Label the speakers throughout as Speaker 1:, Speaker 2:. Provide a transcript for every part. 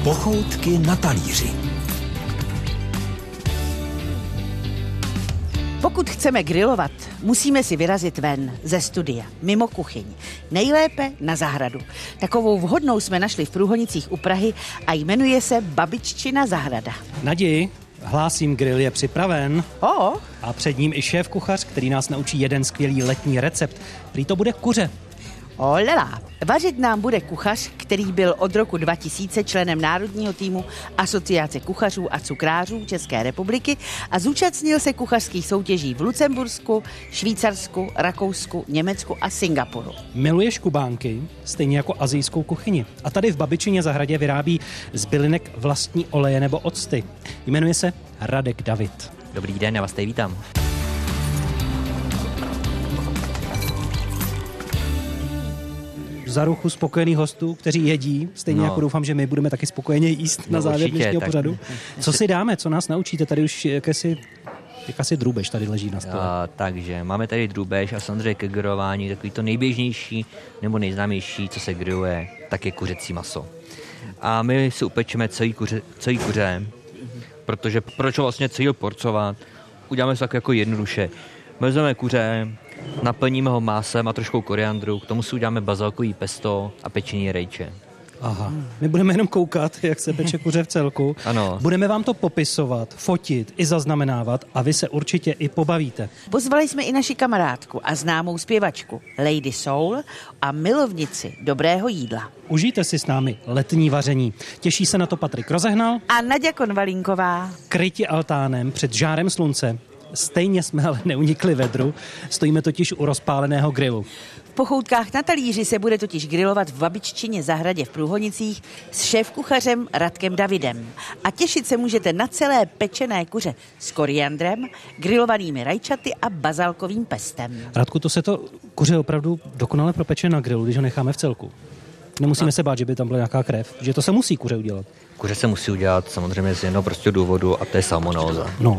Speaker 1: Pochoutky na talíři.
Speaker 2: Pokud chceme grilovat, musíme si vyrazit ven ze studia, mimo kuchyň. Nejlépe na zahradu. Takovou vhodnou jsme našli v Průhonicích u Prahy a jmenuje se Babiččina zahrada.
Speaker 3: Naději, hlásím, grill je připraven. A před ním i šéf kuchař, který nás naučí jeden skvělý letní recept. Prý to bude kuře.
Speaker 2: Olela. Vařit nám bude kuchař, který byl od roku 2000 členem národního týmu Asociace kuchařů a cukrářů České republiky a zúčastnil se kuchařských soutěží v Lucembursku, Švýcarsku, Rakousku, Německu a Singapuru.
Speaker 3: Miluje škubánky, stejně jako asijskou kuchyni. A tady v Babičině zahradě vyrábí z bylinek vlastní oleje nebo octy. Jmenuje se Radek David.
Speaker 4: Dobrý den, já vás tady vítám.
Speaker 3: Za ruchu spokojených hostů, kteří jedí, stejně jako doufám, že my budeme taky spokojeně jíst na závěr dnešního pořadu. Co si dáme, co nás naučíte? Tady už jakási drůbež tady leží na stole.
Speaker 4: Takže máme tady drůbež a samozřejmě ke grilování takový to nejběžnější nebo nejznámější, co se grilluje, tak je kuřecí maso. A my si upečeme celý kuře, protože proč vlastně celý porcovat, uděláme to jako jednoduše. Vezmeme kuře, naplníme ho másem a troškou koriandru, k tomu si uděláme bazalkový pesto a pečení rejče.
Speaker 3: Aha, my budeme jenom koukat, jak se peče kuře v celku.
Speaker 4: Ano.
Speaker 3: Budeme vám to popisovat, fotit i zaznamenávat a vy se určitě i pobavíte.
Speaker 2: Pozvali jsme i naši kamarádku a známou zpěvačku Lady Soul a milovnici dobrého jídla.
Speaker 3: Užijte si s námi letní vaření. Těší se na to Patrik Rozehnal
Speaker 2: a Naďa Konvalínková.
Speaker 3: Kryti altánem před žárem slunce. Stejně jsme ale neunikli vedru, stojíme totiž u rozpáleného grilu.
Speaker 2: V Pochoutkách na talíři se bude totiž grilovat v Babiččině zahradě v Průhonicích s šéfkuchařem Radkem Davidem. A těšit se můžete na celé pečené kuře s koriandrem, grilovanými rajčaty a bazalkovým pestem.
Speaker 3: Radku, to se to kuře opravdu dokonale propeče na grilu, když ho necháme v celku. Nemusíme se bát, že by tam byla nějaká krev, že to se musí kuře udělat.
Speaker 4: Kuře se musí udělat samozřejmě z jednoho prostě důvodu a to je salmonóza.
Speaker 3: No.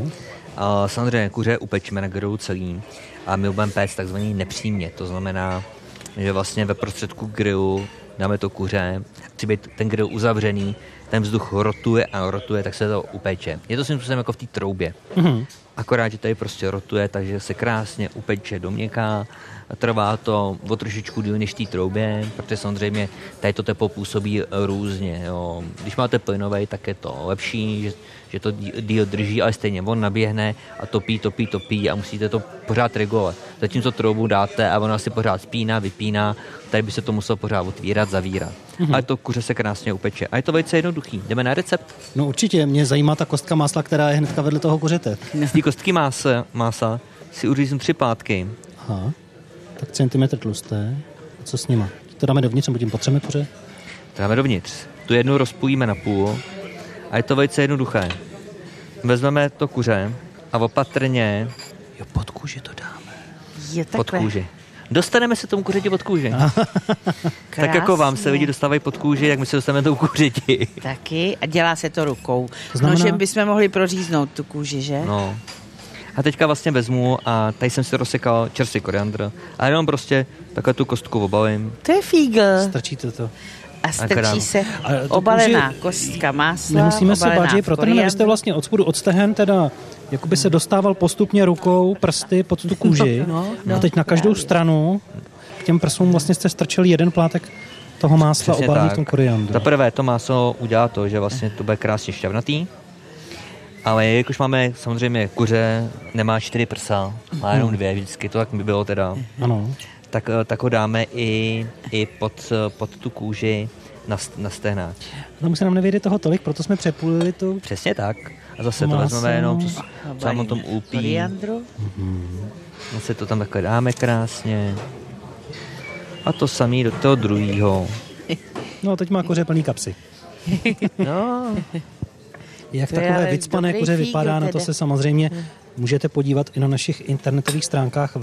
Speaker 4: A samozřejmě kuře upečeme na grilu celý a my budeme péct takzvaný nepřímně. To znamená, že vlastně ve prostředku grilu dáme to kuře, chci být ten grill uzavřený, ten vzduch rotuje, tak se to upeče. Je to svým způsobem jako v té troubě. Mm-hmm. Akorát, že tady prostě rotuje, takže se krásně upeče do měkká. Trvá to o trošičku díl než v té troubě, protože samozřejmě tady to teplo působí různě. Jo. Když máte plynovej, tak je to lepší, že to díl drží, ale stejně on naběhne a topí a musíte to pořád regulovat. Zatímco troubu dáte a ona si pořád spíná, vypíná, tady by se to muselo pořád otvírat, zavírat. Mm-hmm. Ale to kuře se krásně upeče. A je to velice jednoduchý. Jdeme na recept?
Speaker 3: No určitě, mě zajímá ta kostka másla, která je hnedka vedle toho kuřete.
Speaker 4: Z té kostky mása si uříznu 3 plátky.
Speaker 3: Aha, tak centimetr tlusté. A co s nima? To dáme dovnitř, nebo tím potřeme kuře?
Speaker 4: To dáme dovnitř. Tu jednu rozpůjíme na půl a je to velice jednoduché. Vezmeme to kuře a opatrně...
Speaker 3: Jo, pod kůži to dáme.
Speaker 2: Je
Speaker 4: pod kůži. Dostaneme se tomu kuřeti pod kůži. Tak jako vám se lidi dostávají pod kůži, jak my se dostaneme tou kuřeti.
Speaker 2: Taky a dělá se to rukou. Nožem bychom mohli proříznout tu kůži, že?
Speaker 4: No. A teďka vlastně vezmu a tady jsem si rozsekal čerstvý koriandr a jenom prostě takhle tu kostku obalím.
Speaker 2: To je fígl.
Speaker 3: Strčíte to.
Speaker 2: A strčí se obalená kostka másla.
Speaker 3: Nemusíme se bát, že protrhne, vy jste vlastně od spodu od stehen teda jakoby se dostával postupně rukou, prsty pod tu kůži. A teď na každou stranu k těm prsům vlastně jste strčili jeden plátek toho másla obalený v tom koriandru.
Speaker 4: Za prvé to máslo udělá to, že vlastně to bude krásně šťavnatý. Ale jakož máme samozřejmě kuře, nemá 4 prsa, má jenom 2 vždycky, to tak by bylo teda.
Speaker 3: Ano.
Speaker 4: Tak ho dáme i pod tu kůži na stehna.
Speaker 3: Tam se nám nevěde toho tolik, proto jsme přepůlili tu.
Speaker 4: Přesně tak. A zase to vezmeme jenom, co nám o tom úpí. Zase to tam takhle dáme krásně. A to samý do toho druhýho.
Speaker 3: No, teď má kuře plný kapsy.
Speaker 4: No.
Speaker 3: Jak takové vycpané kuře vypadá, na to se samozřejmě můžete podívat i na našich internetových stránkách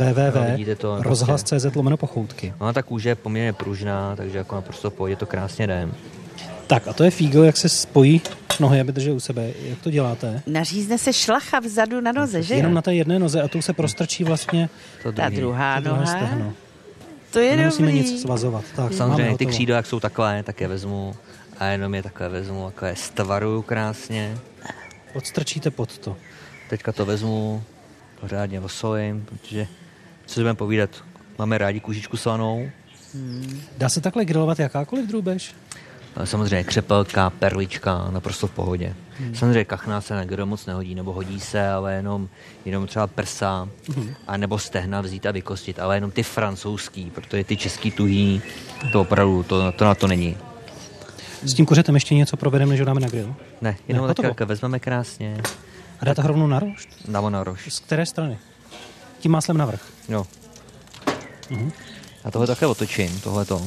Speaker 3: www.rozhlas.cz/pochoutky.
Speaker 4: No a ta kůže je poměrně pružná, takže jako naprosto pohodě to krásně jde.
Speaker 3: Tak a to je fígl, jak se spojí nohy, aby držel u sebe. Jak to děláte?
Speaker 2: Nařízne se šlacha vzadu na noze, že?
Speaker 3: Jenom na té jedné noze a tu se prostrčí vlastně
Speaker 2: ta druhá noha.
Speaker 3: Stehno.
Speaker 2: To je
Speaker 3: nemusíme
Speaker 2: dobrý.
Speaker 3: nic svazovat. Tak,
Speaker 4: samozřejmě ty křídla, jak jsou takové, tak je vezmu a jenom je takové vezmu, takové stvaruju krásně.
Speaker 3: Odstrčíte pod to.
Speaker 4: Teďka to vezmu, pořádně osolím, protože co si budeme povídat, máme rádi kužičku slanou.
Speaker 3: Dá se takhle grilovat jakákoliv drůbež?
Speaker 4: Samozřejmě křepelka, perlička, naprosto v pohodě. Samozřejmě kachna se na grill moc nehodí, nebo hodí se, ale jenom třeba prsa, a nebo stehna vzít a vykostit, ale jenom ty francouzský, protože ty český tuhý, to opravdu, to na to není.
Speaker 3: S tím kuřetem ještě něco provedeme, než ho dáme na grill?
Speaker 4: Ne, jenom takhle vezmeme krásně.
Speaker 3: A dáte rovnou na rošt?
Speaker 4: Dáme na rošt.
Speaker 3: Z které strany? Tím máslem navrch?
Speaker 4: Jo. A tohle takhle otočím, tohleto.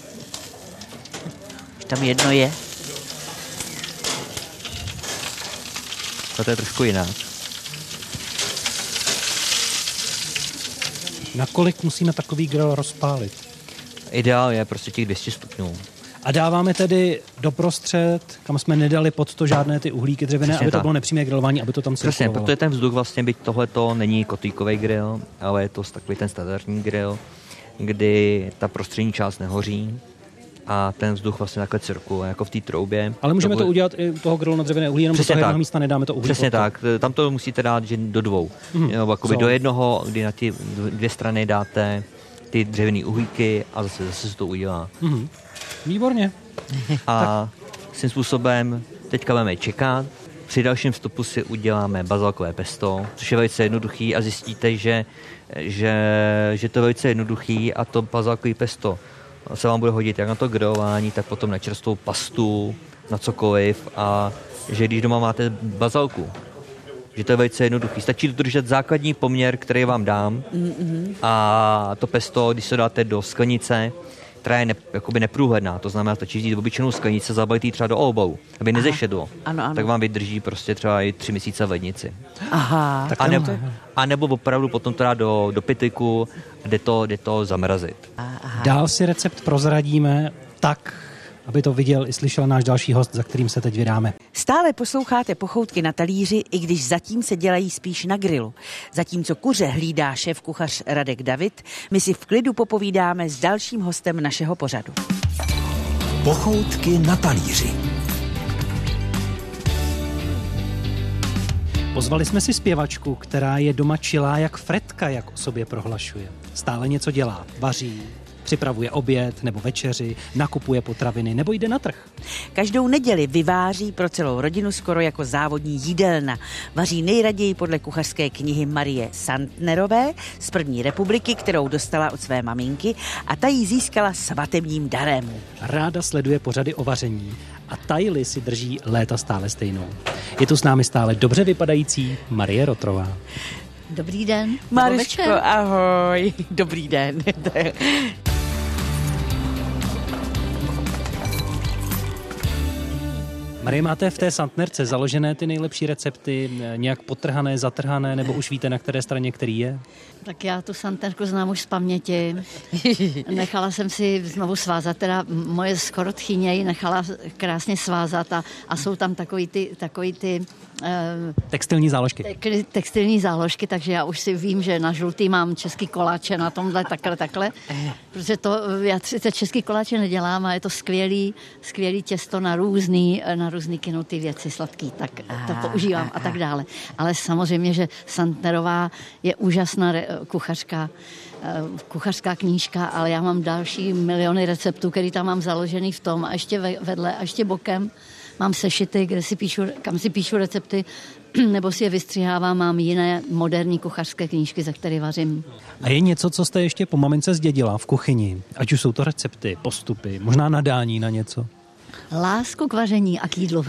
Speaker 2: Tam jedno je.
Speaker 4: To je trošku jinak.
Speaker 3: Nakolik musíme takový grill rozpálit?
Speaker 4: Ideál je prostě těch 200 stupňů.
Speaker 3: A dáváme tedy doprostřed, kam jsme nedali pod to žádné ty uhlíky dřevěné,
Speaker 4: Přesně
Speaker 3: aby to
Speaker 4: tak.
Speaker 3: bylo nepřímé grilování, aby to tam
Speaker 4: Přesně,
Speaker 3: cirkulovalo.
Speaker 4: protože ten vzduch vlastně, byť tohleto není kotlíkový grill, ale je to takový ten standardní grill, kdy ta prostřední část nehoří a ten vzduch vlastně takhle cirkuluje, jako v té troubě.
Speaker 3: Ale můžeme to udělat i u toho grilu na dřevěné uhlí, jenom do toho jednoho místa nedáme to uhlí.
Speaker 4: Přesně tak, tam to musíte dát do dvou. Jakoby do jednoho, kdy na ty dvě strany dáte ty dřevěné uhlíky a zase se to udělá.
Speaker 3: Výborně.
Speaker 4: A svým způsobem teďka budeme čekat. Při dalším vstupu si uděláme bazalkové pesto, což je velice jednoduchý a zjistíte, že to je velice jednoduchý a to bazalkové pesto se vám bude hodit jak na to grilování, tak potom na čerstvou pastu, na cokoliv a že když doma máte bazalku, že to je velice jednoduchý. Stačí dodržet základní poměr, který vám dám a to pesto, když se dáte do sklenice, která je jakoby neprůhledná, to znamená, stačí vzít obyčejnou sklenici, zabalit ji třeba do obou, aby nezešedlo.
Speaker 2: Ano.
Speaker 4: Tak vám vydrží prostě třeba i 3 měsíce v lednici.
Speaker 2: Aha.
Speaker 4: A nebo opravdu potom to dát do pytliku, jde to zamrazit.
Speaker 3: Dál si recept prozradíme tak, aby to viděl i slyšel náš další host, za kterým se teď vydáme.
Speaker 2: Stále posloucháte Pochoutky na talíři, i když zatím se dělají spíš na grilu. Zatímco kuře hlídá šéfkuchař Radek David, my si v klidu popovídáme s dalším hostem našeho pořadu.
Speaker 1: Pochoutky na talíři.
Speaker 3: Pozvali jsme si zpěvačku, která je doma čilá jak Fredka, jak o sobě prohlašuje. Stále něco dělá, vaří, připravuje oběd nebo večeři, nakupuje potraviny nebo jde na trh.
Speaker 2: Každou neděli vyváří pro celou rodinu skoro jako závodní jídelna. Vaří nejraději podle kuchařské knihy Marie Santnerové z první republiky, kterou dostala od své maminky a ta ji získala svatebním darem.
Speaker 3: Ráda sleduje pořady o vaření a tajly si drží léta stále stejnou. Je tu s námi stále dobře vypadající Marie Rotrová.
Speaker 5: Dobrý den.
Speaker 2: Maruško, ahoj. Dobrý den.
Speaker 3: Marie, máte v té Santnerce založené ty nejlepší recepty, nějak potrhané, zatrhané, nebo už víte, na které straně který je?
Speaker 5: Tak já tu Santnerku znám už z paměti. Nechala jsem si znovu svázat, teda moje skoro tchyně ji nechala krásně svázat a jsou tam takový ty
Speaker 3: textilní záložky.
Speaker 5: Textilní záložky, takže já už si vím, že na žlutý mám český koláče, na tomhle takhle, protože já český koláče nedělám a je to skvělý těsto na různý kynutý věci, sladký, tak to používám a tak dále. Ale samozřejmě, že Santnerová je úžasná kuchařská knížka, ale já mám další miliony receptů, který tam mám založený v tom a ještě vedle a ještě bokem mám sešity, kam si píšu recepty, nebo si je vystřihávám, mám jiné moderní kuchařské knížky, ze které vařím.
Speaker 3: A je něco, co jste ještě po mamince zdědila v kuchyni? Ať už jsou to recepty, postupy, možná nadání na něco?
Speaker 5: Lásku k vaření a k jídlu.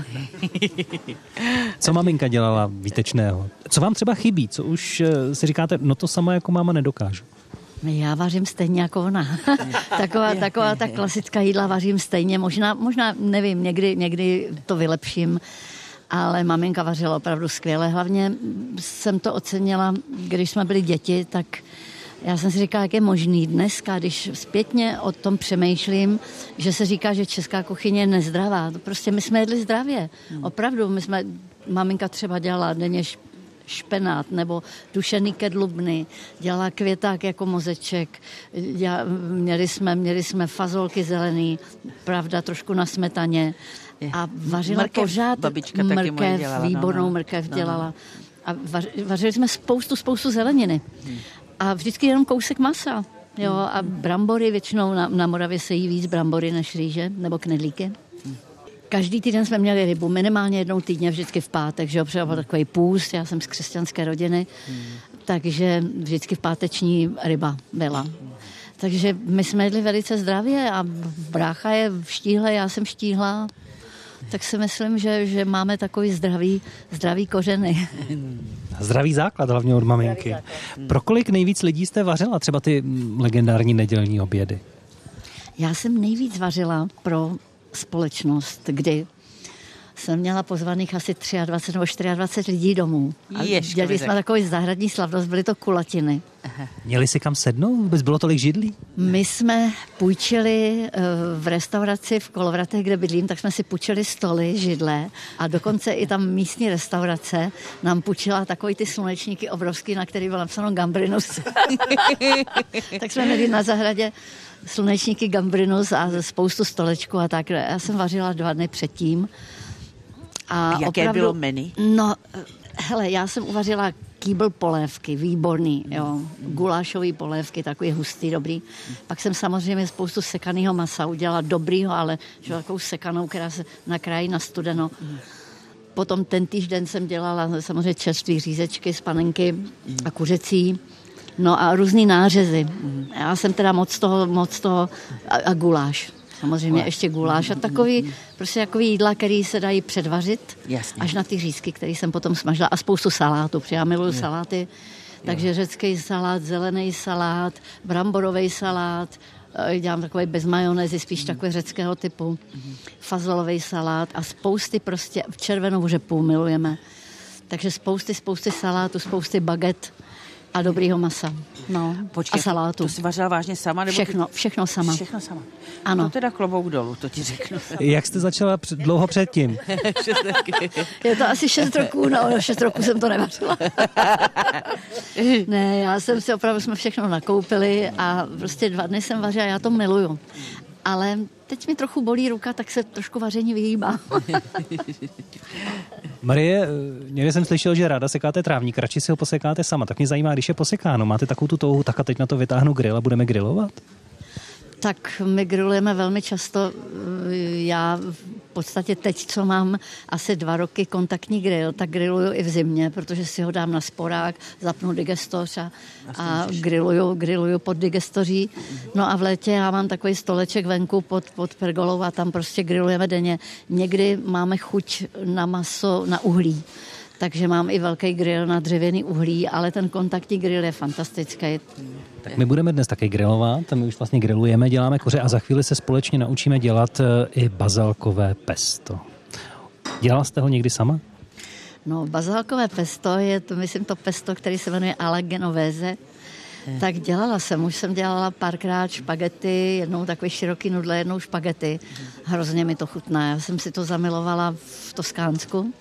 Speaker 3: Co maminka dělala výtečného? Co vám třeba chybí? Co už si říkáte, no to sama jako máma nedokážu?
Speaker 5: Já vařím stejně jako ona. taková ta klasická jídla vařím stejně. Možná nevím, někdy to vylepším, ale maminka vařila opravdu skvěle. Hlavně jsem to ocenila, když jsme byli děti, tak já jsem si říkala, jak je možný dneska, když zpětně o tom přemýšlím, že se říká, že česká kuchyně je nezdravá. Prostě my jsme jedli zdravě. Opravdu, maminka třeba dělala denně špenát nebo dušený kedlubny, dělala květák jako mozeček, měli jsme fazolky zelený, pravda, trošku na smetaně a vařila pořád mrkev, výbornou mrkev dělala. A vařili jsme spoustu zeleniny a vždycky jenom kousek masa. Jo, a brambory, většinou na Moravě se jí víc brambory než rýže nebo knedlíky. Každý týden jsme měli rybu, minimálně jednou týdně, vždycky v pátek, že jo, protože byl takový půst, já jsem z křesťanské rodiny, takže vždycky v páteční ryba byla. Takže my jsme jedli velice zdravě a brácha je štíhle, já jsem štíhla, tak si myslím, že máme takový zdravý kořeny.
Speaker 3: Zdravý základ, hlavně od maminky. Pro kolik nejvíc lidí jste vařila třeba ty legendární nedělní obědy?
Speaker 5: Já jsem nejvíc vařila pro společnost, kdy jsem měla pozvaných asi 23 nebo 24 lidí domů. Dělali jsme takový zahradní slavnost, byly to kulatiny.
Speaker 3: Měli si kam sednout? Vůbec bylo tolik židlí?
Speaker 5: My jsme půjčili v restauraci v Kolovratech, kde bydlím, tak jsme si půjčili stoly, židle a dokonce i tam místní restaurace nám půjčila takový ty slunečníky obrovský, na který bylo napsáno Gambrinus. Tak jsme měli na zahradě slunečníky Gambrinus a spoustu stolečků a tak. Já jsem vařila 2 dny předtím.
Speaker 2: A jaké opravdu bylo menu?
Speaker 5: No, hele, já jsem uvařila kýbl polévky, výborný, jo, gulášový polévky, takový hustý, dobrý. Pak jsem samozřejmě spoustu sekaného masa udělala, dobrýho, ale že takovou sekanou, která se nakrájí na studeno. Potom ten týžden jsem dělala samozřejmě čerství řízečky z panenky a kuřecí. No a různý nářezy. Já jsem teda moc toho a guláš. Samozřejmě ještě guláš a takový jídla, který se dají předvařit.
Speaker 2: Jasně.
Speaker 5: Až na ty řízky, které jsem potom smažila a spoustu salátu, protože já miluju saláty. Takže řecký salát, zelený salát, bramborový salát, dělám takový bez majonézy, spíš takový řeckého typu, fazolový salát a spousty prostě červenou řepu milujeme. Takže spousty salátů, spousty baget a dobrýho masa. No.
Speaker 2: Počkej,
Speaker 5: a salátu.
Speaker 2: To jsi vařila vážně sama? Nebo
Speaker 5: všechno sama.
Speaker 2: Všechno sama.
Speaker 5: Ano.
Speaker 2: No teda klobouk dolů, to ti řeknu.
Speaker 3: Jak jste začala dlouho předtím?
Speaker 5: Je to asi 6 roků, no 6 roků jsem to nevařila. Ne, já jsem si opravdu, jsme všechno nakoupili a prostě 2 dny jsem vařila, já to miluju. Ale teď mi trochu bolí ruka, tak se trošku vaření vyhýbá.
Speaker 3: Marie, někde jsem slyšel, že ráda sekáte trávník, radši si ho posekáte sama. Tak mě zajímá, když je posekáno, máte takovou tu touhu, tak a teď na to vytáhnu grill a budeme grillovat?
Speaker 5: Tak my grillujeme velmi často. Já v podstatě teď, co mám asi 2 roky kontaktní grill, tak grilluju i v zimě, protože si ho dám na sporák, zapnu digestoř a grilluju pod digestoří. No a v létě já mám takový stoleček venku pod pergolou a tam prostě grillujeme denně. Někdy máme chuť na maso na uhlí. Takže mám i velký grill na dřevěný uhlí, ale ten kontaktní grill je fantastický.
Speaker 3: Tak my budeme dnes taky grillovat, my už vlastně grillujeme, děláme kuře a za chvíli se společně naučíme dělat i bazalkové pesto. Dělala jste ho někdy sama?
Speaker 5: No, bazalkové pesto je to, myslím, to pesto, který se jmenuje alla genovese. Tak dělala jsem, už jsem dělala párkrát špagety, jednou takový široký nudle, jednou špagety. Hrozně mi to chutná, já jsem si to zamilovala v Toskánsku.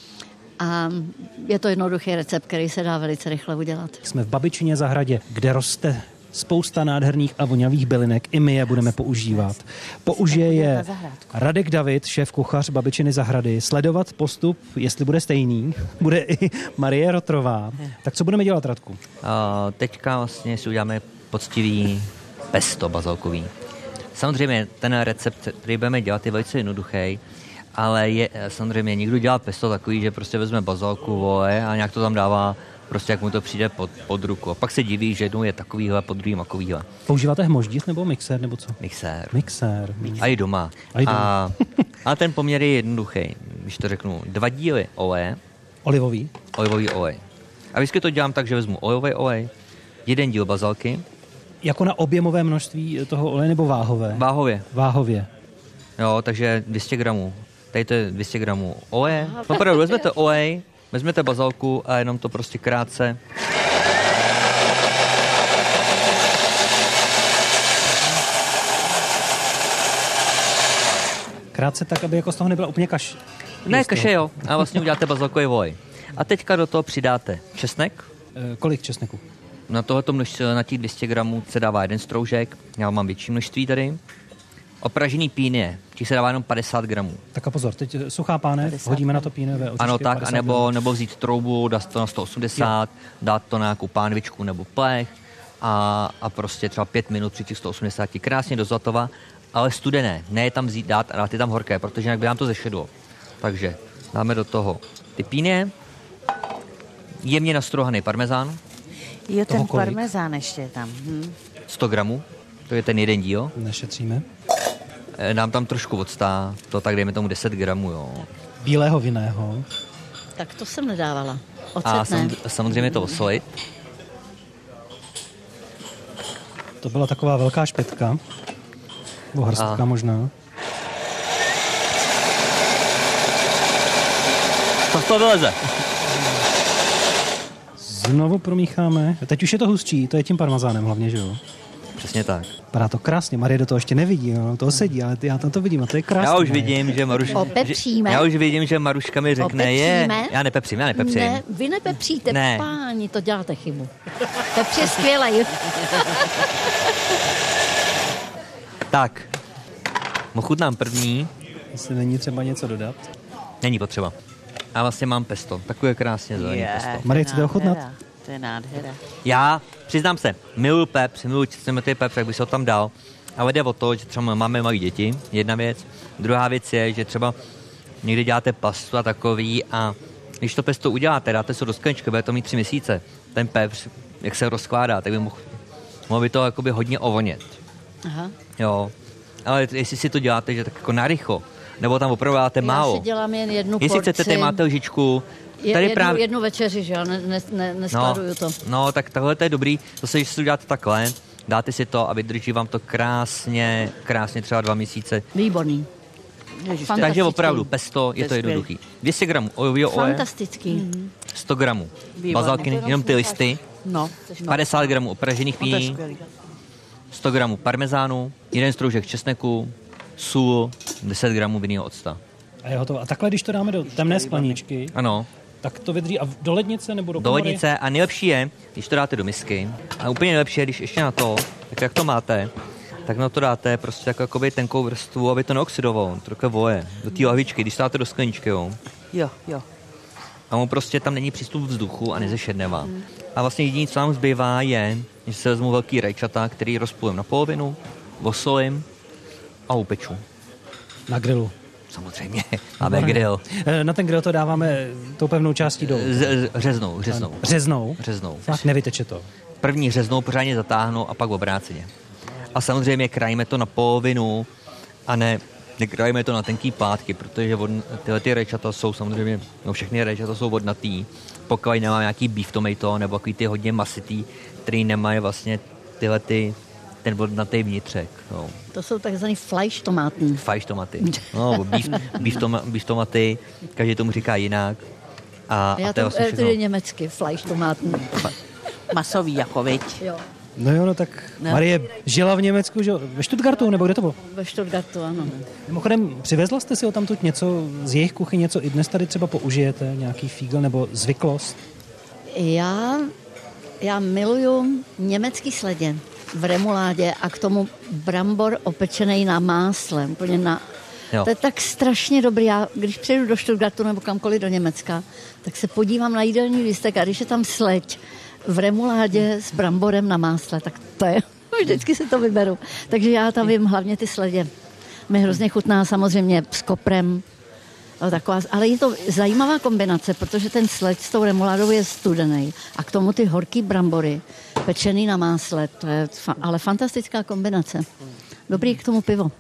Speaker 5: A je to jednoduchý recept, který se dá velice rychle udělat.
Speaker 3: Jsme v Babičině zahradě, kde roste spousta nádherných a vonavých bylinek. I my je budeme používat. Použije je Radek David, šéf kuchař Babičiny zahrady. Sledovat postup, jestli bude stejný, bude i Marie Rotrová. Tak co budeme dělat, Radku?
Speaker 4: Teďka vlastně si uděláme poctivý pesto bazalkový. Samozřejmě ten recept, který budeme dělat, je velice jednoduchý. Ale je, samozřejmě někdo dělá pesto takový, že prostě vezme bazalku, vole, a nějak to tam dává, prostě jak mu to přijde pod ruku. A pak se diví, že jednou je takovýhle, pod druhým takovýhle.
Speaker 3: Používáte hmoždíř nebo mixér, nebo co?
Speaker 4: Mixér. A i doma. A ten poměr je jednoduchý, když to řeknu. 2 díly oleje.
Speaker 3: Olivový
Speaker 4: olej. A vždycky to dělám tak, že vezmu olivový olej, 1 díl bazalky.
Speaker 3: Jako na objemové množství toho oleje nebo váhové? Váhově.
Speaker 4: Jo, takže 200 gramů. Tady to je 200 gramů oleje. Opravdu, vezmete olej, vezmete bazalku a jenom to prostě krátce.
Speaker 3: Krátce tak, aby jako z toho nebyla úplně kaše.
Speaker 4: Ne, kaše jo. A vlastně uděláte bazalkový olej. A teďka do toho přidáte česnek.
Speaker 3: Kolik česneku?
Speaker 4: Na tohoto množství, na těch 200 gramů se dává 1 stroužek, já mám větší množství tady. Opražený píně, těch se dává jenom 50 gramů.
Speaker 3: Tak a pozor, teď suchá pánev, hodíme na to pínové oříšky.
Speaker 4: Ano, tak, nebo vzít troubu, dát to na 180, dát to na nějakou pánvičku nebo plech a prostě třeba 5 minut při těch 180 krásně do zlatova, ale studené, ne je tam vzít dát a dát je tam horké, protože jinak by nám to zešedlo. Takže dáme do toho ty píně, jemně nastrouhaný parmezán.
Speaker 2: Jo, ten parmezán ještě je tam.
Speaker 4: 100 gramů, to je ten jeden díl.
Speaker 3: Nešetříme.
Speaker 4: Dám tam trošku octa, to tak dejme tomu 10 gramů, jo.
Speaker 3: Bílého vinného.
Speaker 5: Tak to jsem nedávala.
Speaker 4: A samozřejmě to osolit.
Speaker 3: To byla taková velká špetka. Nebo hrstka možná.
Speaker 4: To vyleze.
Speaker 3: Znovu promícháme. Teď už je to hustší, to je tím parmezánem hlavně, že jo?
Speaker 4: Přesně tak.
Speaker 3: Vypadá to krásně, Marie do toho ještě nevidí, no, to sedí, ale já tam to vidím a to je krásné.
Speaker 4: Já už vidím, že Maruška mi řekne, já nepepřím.
Speaker 5: Ne, vy nepepříte, páni, to děláte chybu. Pepř je skvělej.
Speaker 4: Tak, ochutnám první.
Speaker 3: Jestli není třeba něco dodat?
Speaker 4: Není potřeba. A vlastně mám pesto, takové krásně zelený pesto.
Speaker 3: Marie, chcete ochutnat?
Speaker 2: To je nádhera.
Speaker 4: Já, přiznám se, miluji pepř, tak bych se ho tam dal, ale jde o to, že třeba máme malé děti, jedna věc. Druhá věc je, že třeba někdy děláte pastu a takový a když to pesto uděláte, dáte se do skleničky, bude to mít 3 měsíce, ten pepř, jak se rozkládá, tak by mohlo by to jakoby hodně ovonět. Aha. Jo, ale jestli si to děláte, že tak jako narychlo, nebo tam opravdu dáte málo.
Speaker 5: Já si dělám jen jednu
Speaker 4: porci. Jestli chcete, máte lžičku.
Speaker 5: Jednu večeři, že jo, neskladuju to.
Speaker 4: No, tak tohle to je dobrý, zase, když si to děláte takhle, dáte si to a vydrží vám to krásně třeba 2 měsíce.
Speaker 5: Výborný.
Speaker 4: Takže opravdu, pesto, je to jednoduchý. 200 gramů olivového oleje.
Speaker 5: Fantastický.
Speaker 4: 100 gramů bazalky, jenom ty listy. 50 gramů opražených píní. 100 gramů parmezánu, 1 stroužek česneku, sůl, 10 gramů vinného octa.
Speaker 3: A je hotovo. A takhle, když to dáme do temné skleničky,
Speaker 4: ano,
Speaker 3: tak to vydrží. A do lednice nebo do
Speaker 4: komory? Do lednice a nejlepší je, když to dáte do misky. A úplně nejlepší je, když ještě na to, tak jak to máte, tak na to dáte prostě tak jakoby tenkou vrstvu, aby to neoxidovalo, trochu voje, do té lahvičky, když to dáte do skleničky, jo.
Speaker 2: Jo.
Speaker 4: A mu prostě tam není přístup vzduchu a nezešedne vám. A vlastně jediné, co nám zbývá, je, že se vezmu velký rajčata, který rozpůlím na polovinu, osolím a upeču.
Speaker 3: Na grilu.
Speaker 4: Samozřejmě, máme grill.
Speaker 3: Na ten grill to dáváme tou pevnou částí dolů. Řeznou? Fakt nevyteče to.
Speaker 4: První řeznou pořádně zatáhnu a pak obráceně. A samozřejmě krajíme to na polovinu a nekrajíme to na tenký plátky, protože tyhle ty rajčata jsou samozřejmě, všechny rajčata jsou vodnatý. Pokud nemám nějaký beef tomato nebo takový ty hodně masitý, který nemají vlastně ten vodnatý vnitřek. No.
Speaker 5: To jsou takzvaný Fleischtomaten.
Speaker 4: Fleischtomaty. No, beef tomaty, každý tomu říká jinak.
Speaker 5: To je německy, Fleischtomaten.
Speaker 2: Masový jako, viď?
Speaker 5: Jo.
Speaker 3: No tak Marie žila v Německu, že? Ve Stuttgartu, nebo kde to bylo?
Speaker 5: Ve Stuttgartu, ano.
Speaker 3: Mimochodem, přivezla jste si ho tamtud něco z jejich kuchyně, něco i dnes tady třeba použijete, nějaký fígl nebo zvyklost?
Speaker 5: Já miluju německý sledě v remuládě a k tomu brambor opečený na máslem. To je tak strašně dobrý. Já, když přijedu do Stuttgartu nebo kamkoliv do Německa, tak se podívám na jídelní lístek a když je tam sleď v remuládě s bramborem na másle, tak to je, vždycky si to vyberu. Takže já tam vím hlavně ty sledě. Mi hrozně chutná samozřejmě s koprem. Ale je to zajímavá kombinace, protože ten sleď s tou remuládou je studený a k tomu ty horký brambory pečený na másle. To je ale fantastická kombinace. Dobrý k tomu pivo.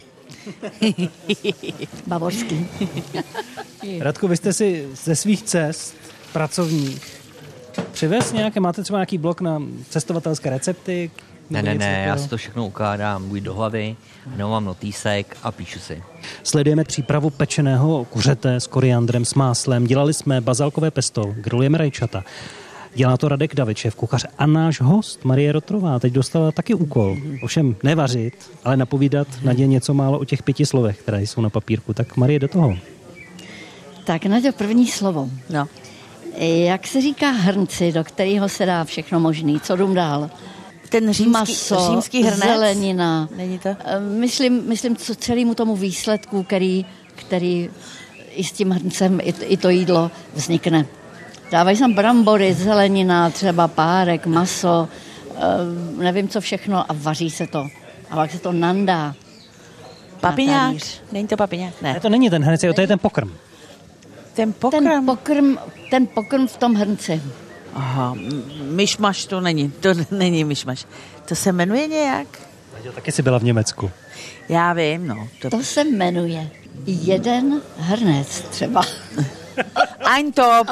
Speaker 5: Bavorský.
Speaker 3: Radku, vy jste si ze svých cest pracovních přivez nějaké, máte třeba nějaký blok na cestovatelské recepty?
Speaker 4: Ne, já si to všechno ukládám do hlavy, nebo mám notýsek a píšu si.
Speaker 3: Sledujeme přípravu pečeného kuřete s koriandrem, s máslem, dělali jsme bazalkové pesto, grillujeme rajčata. Dělá to Radek David, šéf kuchař, a náš host Marie Rotrová teď dostala taky úkol. Ovšem nevařit, ale napovídat Nadě něco málo o těch 5 slovech, které jsou na papírku. Tak Marie, do toho.
Speaker 5: Tak Nadě, první slovo.
Speaker 2: No.
Speaker 5: Jak se říká hrnci, do kterého se dá všechno možný. Co dům dál?
Speaker 2: Ten římský hrnec?
Speaker 5: Zelenina.
Speaker 2: Není to?
Speaker 5: Myslím co celému tomu výsledku, který i s tím hrncem i to jídlo vznikne. Dávají tam brambory, zelenina, třeba párek, maso, nevím co všechno a vaří se to. A pak se to nandá.
Speaker 2: Papiňák? Není to papiňák? Ne.
Speaker 3: To není ten hrnec, to je ten pokrm.
Speaker 2: Ten pokrm?
Speaker 5: Ten pokrm v tom hrnci.
Speaker 2: Aha, myšmaš to není. To není myšmaš. To se jmenuje nějak?
Speaker 3: Taky jsi byla v Německu.
Speaker 2: Já vím, no.
Speaker 5: To se jmenuje jeden hrnec třeba.
Speaker 2: Eintop.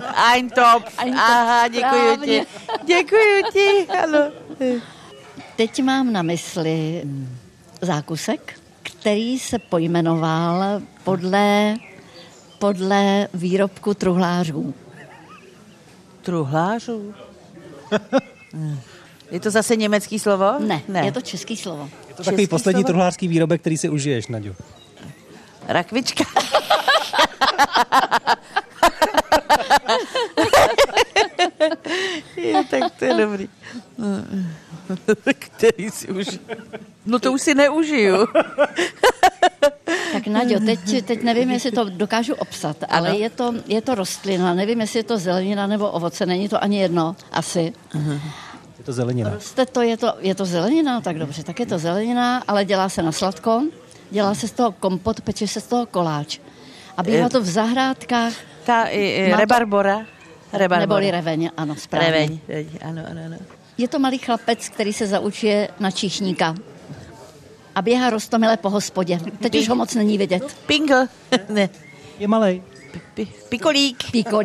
Speaker 2: Aha, děkuji ti. Ano.
Speaker 5: Teď mám na mysli zákusek, který se pojmenoval podle výrobku truhlářů.
Speaker 2: Truhlářů? Je to zase německý slovo?
Speaker 5: Ne, je to český slovo.
Speaker 3: Je to takový poslední truhlářský výrobek, který si užiješ, Naďo.
Speaker 2: Rakvička. Tak to je dobrý. Který si užiju? No to už si neužiju.
Speaker 5: Tak Naďo, teď nevím, jestli to dokážu obsat, ale je to rostlina, nevím, jestli je to zelenina nebo ovoce, není to ani jedno, asi.
Speaker 3: Je to zelenina.
Speaker 5: Je to zelenina, tak dobře, tak je to zelenina, ale dělá se na sladko, dělá se z toho kompot, peče se z toho koláč. A bývá to v zahrádkách.
Speaker 2: Rebarbora.
Speaker 5: Neboli reveň, ano, správně.
Speaker 2: Reveň, ano.
Speaker 5: Je to malý chlapec, který se zaučuje na číšníka. A běhá roztomile po hospodě. Teď už ho moc není vidět.
Speaker 2: Pingl. Ne.
Speaker 3: Je malej.
Speaker 2: Pikolík.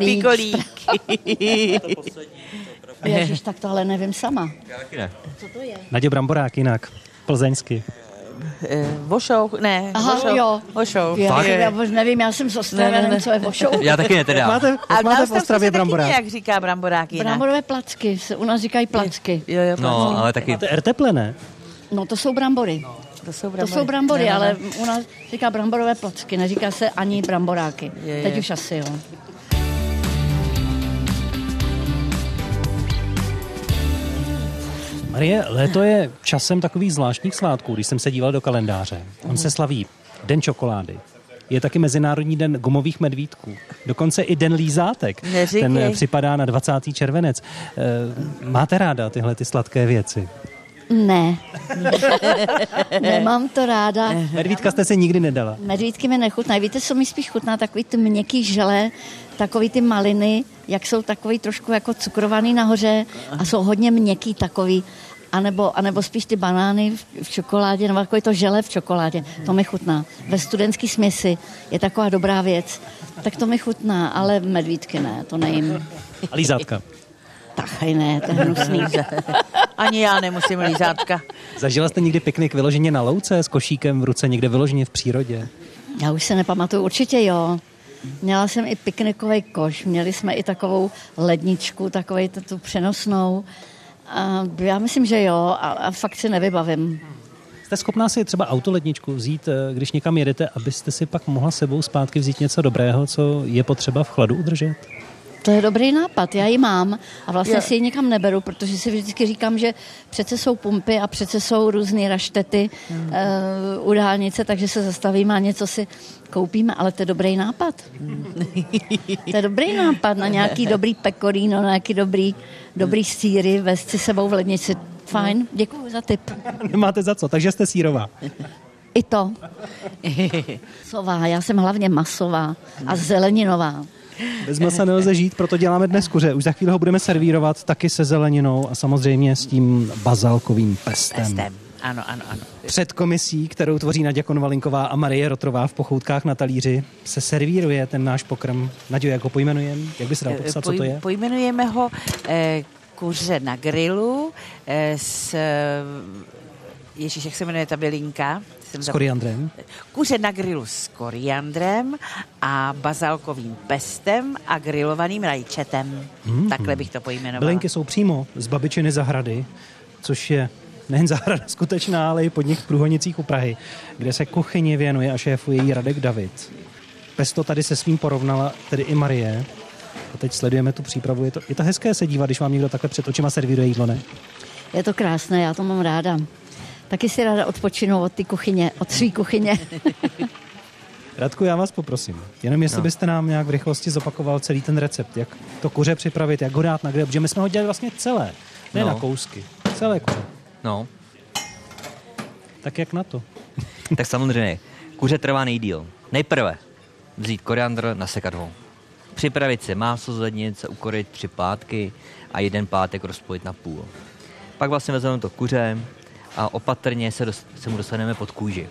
Speaker 5: Ježiš, tak tohle nevím sama.
Speaker 4: Já taky ne.
Speaker 5: Co to je?
Speaker 3: Naďo Bramborák jinak. Plzeňsky.
Speaker 2: Vošou, ne.
Speaker 5: Aha, jo.
Speaker 2: Vošou.
Speaker 5: Já už nevím, já jsem z Ostravy, nevím, co je vošou.
Speaker 4: Já taky ne teda.
Speaker 3: Máte v Ostravě bramborák?
Speaker 2: Jak říká bramborák jinak?
Speaker 5: Bramborové placky, u nás říkají placky.
Speaker 2: Jo,
Speaker 4: No, ale taky...
Speaker 3: Máte erteple, ne?
Speaker 5: No, to jsou brambory. To jsou brambory, ale u nás říká bramborové placky, neříká se ani bramboráky. Teď už asi, jo.
Speaker 3: Marie, léto je časem takových zvláštních svátků, když jsem se díval do kalendáře. On se slaví Den čokolády. Je taky Mezinárodní den gumových medvídků. Dokonce i Den lízátek.
Speaker 2: Neříkej.
Speaker 3: Ten připadá na 20. červenec. Máte ráda tyhle ty sladké věci?
Speaker 5: Ne. Nemám to ráda.
Speaker 3: Medvídka jste si nikdy nedala?
Speaker 5: Medvídky mi nechutnají. Víte, co mi spíš chutná? Takový ty měkký želé, takový ty maliny, jak jsou takový trošku jako cukrovaný nahoře a jsou hodně měkký takový. A nebo spíš ty banány v čokoládě, nebo takový to želé v čokoládě. To mi chutná. Ve studentský směsi je taková dobrá věc. Tak to mi chutná, ale medvídky ne, to nejím.
Speaker 3: A lízátka?
Speaker 5: Tachaj ne, to je hnusný.
Speaker 2: Ani já nemusím lízátka.
Speaker 3: Zažila jste někdy piknik vyloženě na louce s košíkem v ruce, někde vyloženě v přírodě?
Speaker 5: Já už se nepamatuju, určitě jo. Měla jsem i piknikový koš, měli jsme i takovou ledničku, takovou tu přenosnou. A já myslím, že jo, a fakt si nevybavím.
Speaker 3: Jste schopná si třeba autoledničku vzít, když někam jedete, abyste si pak mohla sebou zpátky vzít něco dobrého, co je potřeba v chladu udržet?
Speaker 5: To je dobrý nápad, já ji mám a vlastně si ji nikam neberu, protože si vždycky říkám, že přece jsou pumpy a přece jsou různý raštety u dálnice, takže se zastavíme a něco si koupíme, ale to je dobrý nápad. To je dobrý nápad na nějaký dobrý pecorino, na nějaký dobrý sýry, vést si sebou v lednici. Fajn, děkuji za tip.
Speaker 3: Nemáte za co, takže jste sýrová.
Speaker 5: I to. Masová, já jsem hlavně masová a zeleninová.
Speaker 3: Bez masa nelze žít, proto děláme dnes kuře. Už za chvíli ho budeme servírovat taky se zeleninou a samozřejmě s tím bazalkovým pestem.
Speaker 2: Ano.
Speaker 3: Před komisí, kterou tvoří Naďa Konvalinková a Marie Rotrová v Pochoutkách na talíři, se servíruje ten náš pokrm. Naďo, jak ho pojmenujeme? Jak by se dal popsat, co to je?
Speaker 2: Pojmenujeme ho kuře na grilu s... Ježíš, jak se jmenuje ta bylinka?
Speaker 3: S koriandrem.
Speaker 2: Kuře na grilu s koriandrem a bazalkovým pestem a grilovaným rajčetem. Takhle bych to pojmenovala.
Speaker 3: Bylinky jsou přímo z babičiny zahrady, což je nejen zahrada skutečná, ale i podnik v Průhonicích u Prahy, kde se kuchyni věnuje a šéfuje jí Radek David. Pesto tady se svým porovnala tedy i Marie. A teď sledujeme tu přípravu. Je to hezké se dívat, když vám někdo takhle před očima servíruje jídlo, ne?
Speaker 5: Je to krásné, já to mám ráda. Taky si ráda odpočinu od té kuchyně, od své kuchyně.
Speaker 3: Radku, já vás poprosím. Jenom jestli byste nám nějak v rychlosti zopakoval celý ten recept, jak to kuře připravit, jak ho dát na grill, protože my jsme ho dělali vlastně celé, ne na kousky. Celé kuře.
Speaker 4: No.
Speaker 3: Tak jak na to?
Speaker 4: Tak samozřejmě, kuře trvá nejdýl. Nejprve vzít koriandr, nasekat ho. Připravit si máslo z lednice, ukořit 3 plátky a 1 plátek rozpojit na půl. Pak vlastně vezmeme to kuře a opatrně se mu dostaneme pod kůži.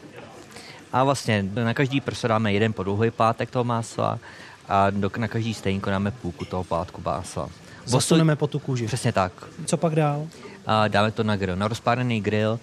Speaker 4: A vlastně na každý prso dáme 1 podlouhý plátek toho másla a na každý stejnko dáme půlku toho plátku másla.
Speaker 3: Zasuneme po tu kůži.
Speaker 4: Přesně tak.
Speaker 3: Co pak dál?
Speaker 4: A dáme to na grill, na rozpálený grill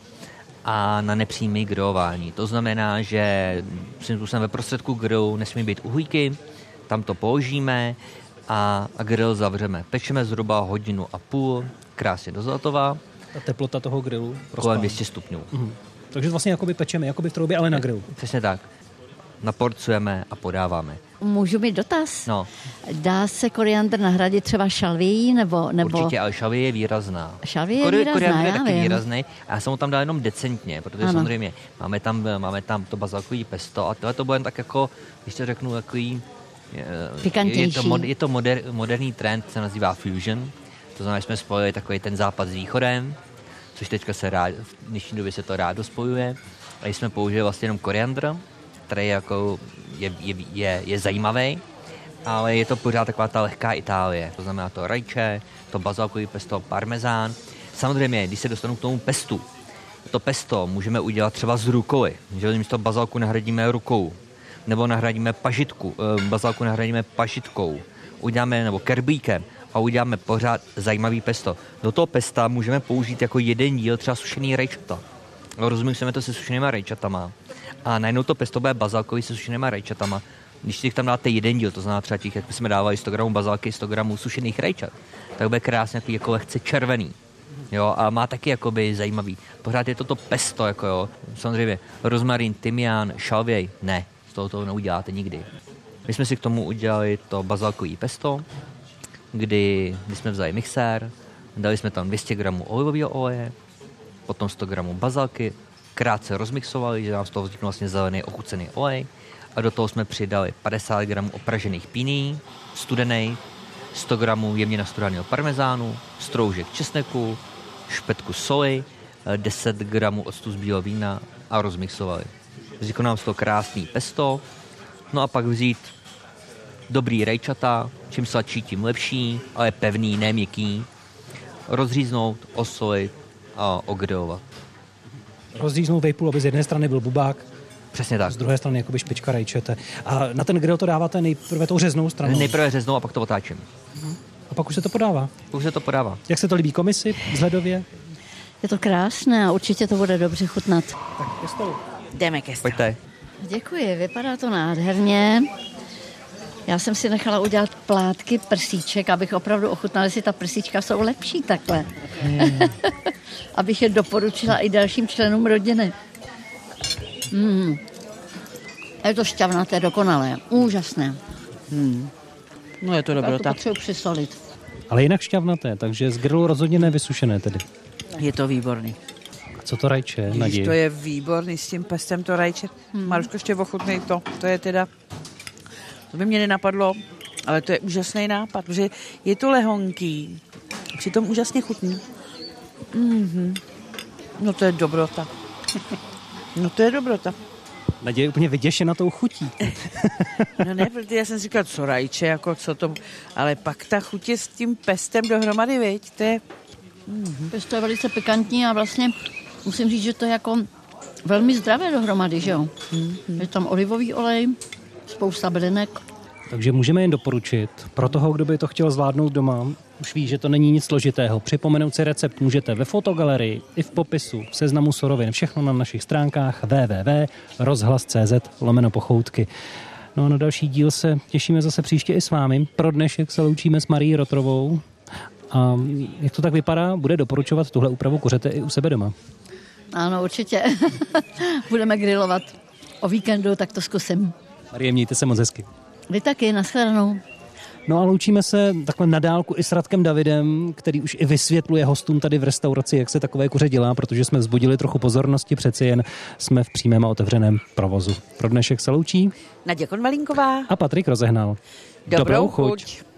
Speaker 4: a na nepřímý grilování. To znamená, že ve prostředku grillu nesmí být uhlíky, tam to položíme a grill zavřeme. Pečeme zhruba 1,5 hodiny, krásně do zlatova.
Speaker 3: Ta teplota toho grillu?
Speaker 4: Kolem 200 stupňů.
Speaker 3: Takže vlastně jakoby pečeme, jakoby v troubě, ale na grillu.
Speaker 4: Přesně tak. Naporcujeme a podáváme.
Speaker 5: Můžu mít dotaz?
Speaker 4: No.
Speaker 5: Dá se koriandr nahradit třeba šalvějí? Nebo...
Speaker 4: Určitě, ale šalvěj je výrazná.
Speaker 5: Šalvěj je výrazná,
Speaker 4: koriandr je taky
Speaker 5: vím.
Speaker 4: výrazný a já jsem ho tam dal jenom decentně, protože samozřejmě máme tam to bazalkový pesto a tohle to bude tak jako, když to řeknu, takový...
Speaker 5: Pikantnější.
Speaker 4: Je to moderní trend, se nazývá fusion. To znamená, že jsme spojili takový ten západ s východem, což teďka v dnešní době se to rádo spojuje. A jsme použili vlastně jenom koriandr, který jako je zajímavý, ale je to pořád taková ta lehká Itálie. To znamená to rajče, to bazalkový pesto, parmezán. Samozřejmě, když se dostanu k tomu pestu, to pesto můžeme udělat třeba z rukoly, že místo bazalku nahradíme rukou, nebo nahradíme bazalku nahradíme pažitkou, uděláme nebo kerblíkem a uděláme pořád zajímavý pesto. Do toho pesta můžeme použít jako jeden díl třeba sušený rajčata. Rozmixujeme to se sušenýma rajčatama a najednou to pesto bude bazalkový se sušenýma rajčatama. Když si tam dáte jeden díl, to znamená třeba těch, jak jsme dávali 100 gramů bazalky, 100 gramů sušených rajčat, tak bude krásně jako lehce červený. Jo, a má taky jakoby zajímavý. Pořád je to pesto, jako jo. Samozřejmě rozmarín, tymián, šalvěj, ne, z toho neuděláte nikdy. My jsme si k tomu udělali to bazalkový pesto, kdy jsme vzali mixér, dali jsme tam 200 gramů olivového oleje, potom 100 gramů bazalky, krátce rozmixovali, že nám z toho vzniknul vlastně zelený ochucený olej a do toho jsme přidali 50 gramů opražených píní, studenej, 100 gramů jemně nastudaného parmezánu, stroužek česneku, špetku soli, 10 gramů octu z bílého vína a rozmixovali. Vzniklo nám z toho krásný pesto, no a pak vzít dobrý rajčata, čím sladší, tím lepší, ale pevný, ne měkký, rozříznout, osolit a ogrilovat.
Speaker 3: Rozříznout vejpůl, aby z jedné strany byl bubák,
Speaker 4: přesně tak.
Speaker 3: Z druhé strany jakoby špička rajčete. A na ten grill to dáváte nejprve tou řeznou stranou?
Speaker 4: Nejprve řeznou a pak to otáčím.
Speaker 3: A pak už se to podává?
Speaker 4: Už se to podává.
Speaker 3: Jak se to líbí komisi vzhledově?
Speaker 5: Je to krásné a určitě to bude dobře chutnat.
Speaker 3: Tak ke stolu.
Speaker 2: Jdeme ke stolu.
Speaker 4: Pojďte.
Speaker 5: Děkuji, vypadá to nádherně. Já jsem si nechala udělat plátky prsíček, abych opravdu ochutnala, jestli ta prsíčka jsou lepší takhle. Abych je doporučila i dalším členům rodiny. Je to šťavnaté, dokonalé, úžasné.
Speaker 2: No je to
Speaker 5: Já to
Speaker 2: dobrota.
Speaker 5: potřebuji přisolit.
Speaker 3: Ale jinak šťavnaté, takže z grillu rozhodně nevysušené tedy.
Speaker 2: Je to výborný.
Speaker 3: A co to rajče,
Speaker 6: Ježiš,
Speaker 3: Naději?
Speaker 6: to je výborný s tím pestem, to rajče. Maruško, ještě ochutnej to. To je teda...
Speaker 2: To by mě nenapadlo, ale to je úžasný nápad, protože je to lehonký, přitom úžasně chutný. No to je dobrota. No to je dobrota.
Speaker 3: Naděje je úplně vyděšena tou chutí.
Speaker 2: No ne, protože já jsem si říkala, co rajče, jako co to... Ale pak ta chutě s tím pestem dohromady, viď, to je...
Speaker 5: Pesto je velice pikantní a vlastně musím říct, že to je jako velmi zdravé dohromady, že jo? Je tam olivový olej, spousta bylinek.
Speaker 3: Takže můžeme jen doporučit. Pro toho, kdo by to chtěl zvládnout doma, už ví, že to není nic složitého. Připomenout si recept můžete ve fotogalerii, i v popisu, v seznamu surovin, všechno na našich stránkách www.rozhlas.cz/pochoutky. No a na další díl se těšíme zase příště i s vámi. Pro dnešek se loučíme s Marií Rotrovou. A jak to tak vypadá, bude doporučovat tuhle úpravu kuřete i u sebe doma?
Speaker 5: Ano, určitě. Budeme grilovat o víkendu, tak to zkusím.
Speaker 3: Marie, mějte se moc hezky.
Speaker 5: Vy taky, nashledanou.
Speaker 3: No a loučíme se takhle na dálku i s Radkem Davidem, který už i vysvětluje hostům tady v restauraci, jak se takové kuře dělá, protože jsme vzbudili trochu pozornosti, přeci jen jsme v přímém a otevřeném provozu. Pro dnešek se loučí
Speaker 2: Naděja Konvalinková
Speaker 3: a Patrik Rozehnal.
Speaker 2: Dobrou chuť.